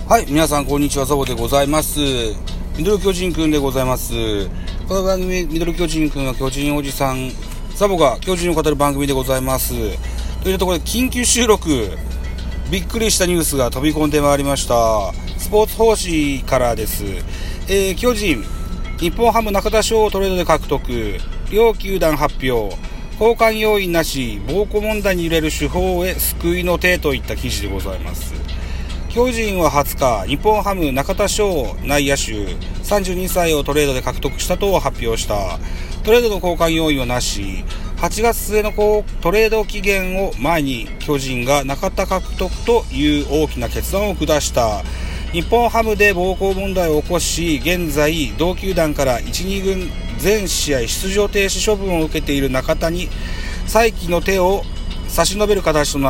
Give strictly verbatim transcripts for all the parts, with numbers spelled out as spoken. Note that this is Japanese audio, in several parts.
はい、皆さんこんにちは、ザボでございます。ミドル巨人くんでございます。この番組、ミドル巨人くんは巨人おじさん、ザボが巨人を語る番組でございます。というところで緊急収録、びっくりしたニュースが飛び込んでまいりました。スポーツ報知からです。えー、巨人、日本ハム中田翔をトレードで獲得、両球団発表、交換要因なし、暴行問題に揺れる手法へ救いの手といった記事でございます。巨人ははつか、日本ハム中田翔内野手さんじゅうにさいをトレードで獲得したと発表した。トレードの交換要因はなし。はちがつ末のトレード期限を前に巨人が中田獲得という大きな決断を下した。日本ハムで暴行問題を起こし、現在同球団からいち、にぐん全試合出場停止処分を受けている中田に再起の手を差し伸べる形となった。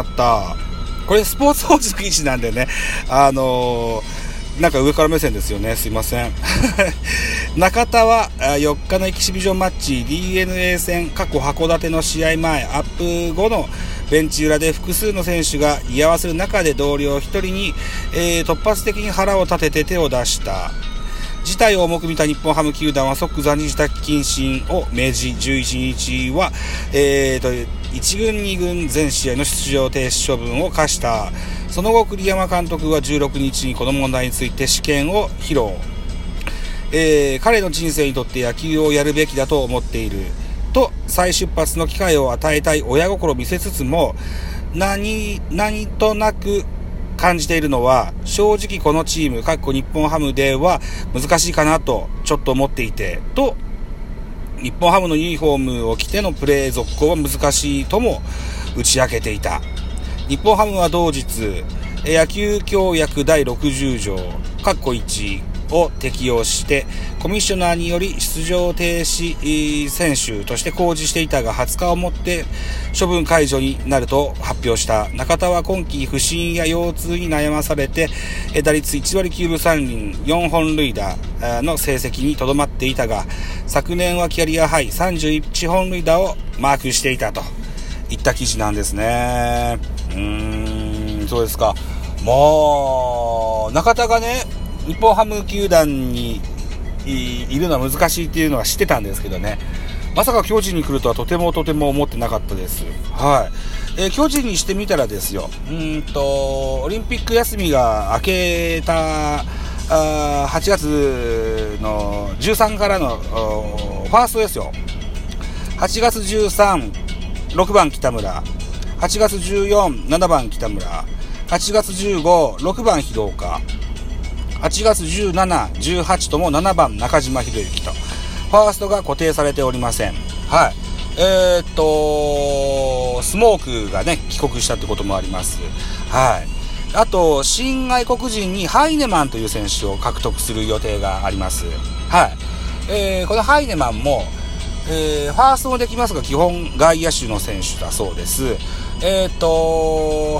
これスポーツ報知の記事なんでね、あのー、なんか上から目線ですよね。すいません。中田はよっかのエキシビジョンマッチ ディーエヌエー 戦過去函館の試合前アップ後のベンチ裏で複数の選手が居合わせる中で同僚ひとりに、えー、突発的に腹を立てて手を出した。事態を重く見た日本ハム球団は即座に自宅謹慎を命じ、じゅういちにちは、えー、といちぐんにぐん全試合の出場停止処分を課した。その後栗山監督はじゅうろくにちにこの問題について試験を披露。えー、彼の人生にとって野球をやるべきだと思っていると再出発の機会を与えたい親心を見せつつも、何何となく感じているのは、正直このチームかっこ日本ハムでは難しいかなとちょっと思っていて、と日本ハムのユニフォームを着てのプレー続行は難しいとも打ち明けていた。日本ハムは同日野球協約だいろくじゅうじょうかっこいちを適用してコミッショナーにより出場停止選手として公示していたが、はつかをもって処分解除になると発表した。中田は今季不振や腰痛に悩まされて打率いちわりきゅうぶさんりんよんほんるいだの成績にとどまっていたが、昨年はキャリアハイさんじゅういちほんるいだをマークしていたといった記事なんですね。うーん、そうですか。もう中田がね、日本ハム球団に い, いるのは難しいっていうのは知ってたんですけどね、まさか巨人に来るとはとてもとても思ってなかったです。はい。えー、巨人にしてみたらですよ、うーんとオリンピック休みが明けたあはちがつのじゅうさんからのファーストですよ。はちがつじゅうさん、ろくばん北村、はちがつじゅうよん、ななばん北村、はちがつじゅうご、ろくばん廣岡、はちがつじゅうしち、じゅうはちともななばん中島博之とファーストが固定されておりません。はい。えー、っとスモークがね帰国したってこともあります。はい。あと新外国人にハイネマンという選手を獲得する予定があります。はい。えー、このハイネマンも、えー、ファーストもできますが基本外野手の選手だそうです。えー、っと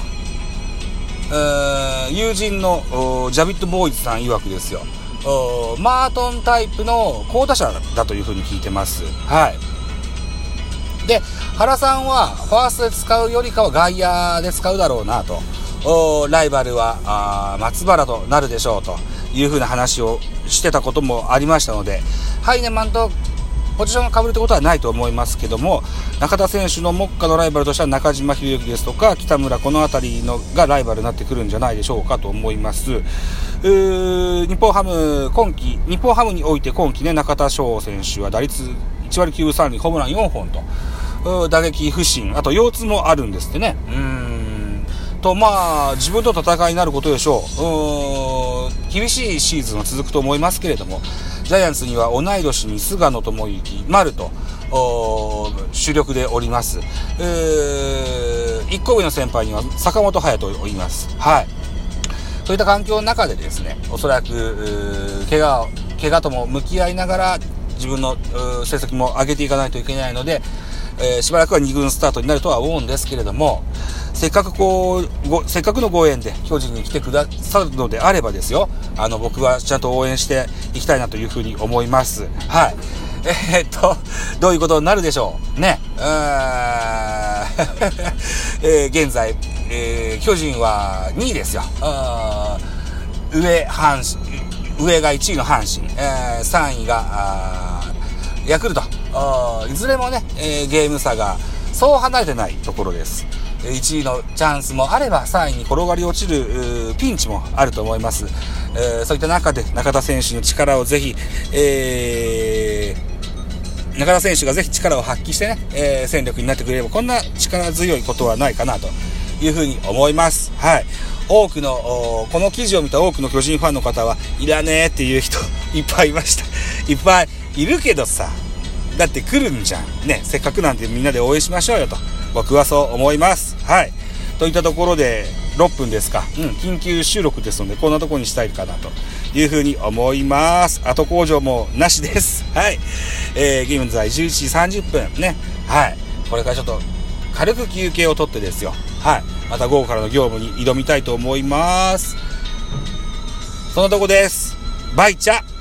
友人のジャビット・ボーイズさん曰くですよ、マートンタイプの好打者だというふうに聞いてます。はい。で、原さんはファーストで使うよりかは外野で使うだろうなと、ライバルはあ松原となるでしょうというふうな話をしてたこともありましたので、ハイネマンとポジションが被るってことはないと思いますけども、中田選手の目下のライバルとしては中島博之ですとか北村、この辺りのがライバルになってくるんじゃないでしょうかと思います。うー日本ハム今季日本ハムにおいて今季ね、中田翔選手は打率いちわりきゅうぶさんりんホームランよんほんと打撃不振、あと腰痛もあるんですってね。うーんとまあ自分と戦いになることでしょう。うーん厳しいシーズンは続くと思いますけれども、ジャイアンツには同い年に菅野智之、丸と主力でおります。えー、いっこ上の先輩には坂本勇人を言います。はい。そういった環境の中でですね、おそらく怪我を怪我とも向き合いながら自分の成績も上げていかないといけないので、えー、しばらくはにぐんスタートになるとは思うんですけれども、せっかくこうごせっかくのご縁で巨人に来てくださるのであればですよ、あの僕はちゃんと応援していきたいなというふうに思います。はい。えー、っとどういうことになるでしょうね。うーん、えー、現在、えー、巨人はにいですよ。あ上、阪神、上がいちいの阪神、えー、さんいが、ヤクルト、いずれもね、えー、ゲーム差がそう離れてないところです。いちいのチャンスもあればさんいに転がり落ちるピンチもあると思います。えー、そういった中で中田選手の力をぜひ、えー、中田選手がぜひ力を発揮してね、えー、戦力になってくれればこんな力強いことはないかなというふうに思います。はい。多くのこの記事を見た多くの巨人ファンの方はいらねえっていう人いっぱいいました。いっぱいいるけどさ、だって来るんじゃんね。せっかくなんでみんなで応援しましょうよと僕はそう思います。はい。といったところでろっぷんですか。うん、緊急収録ですのでこんなところにしたいかなというふうに思います。後工場もなしです。はい。えー、ゲームズはじゅういちじさんじゅっぷんね。はい。これからちょっと軽く休憩を取ってですよ。はい。また午後からの業務に挑みたいと思います。そのとこです。バイチャ。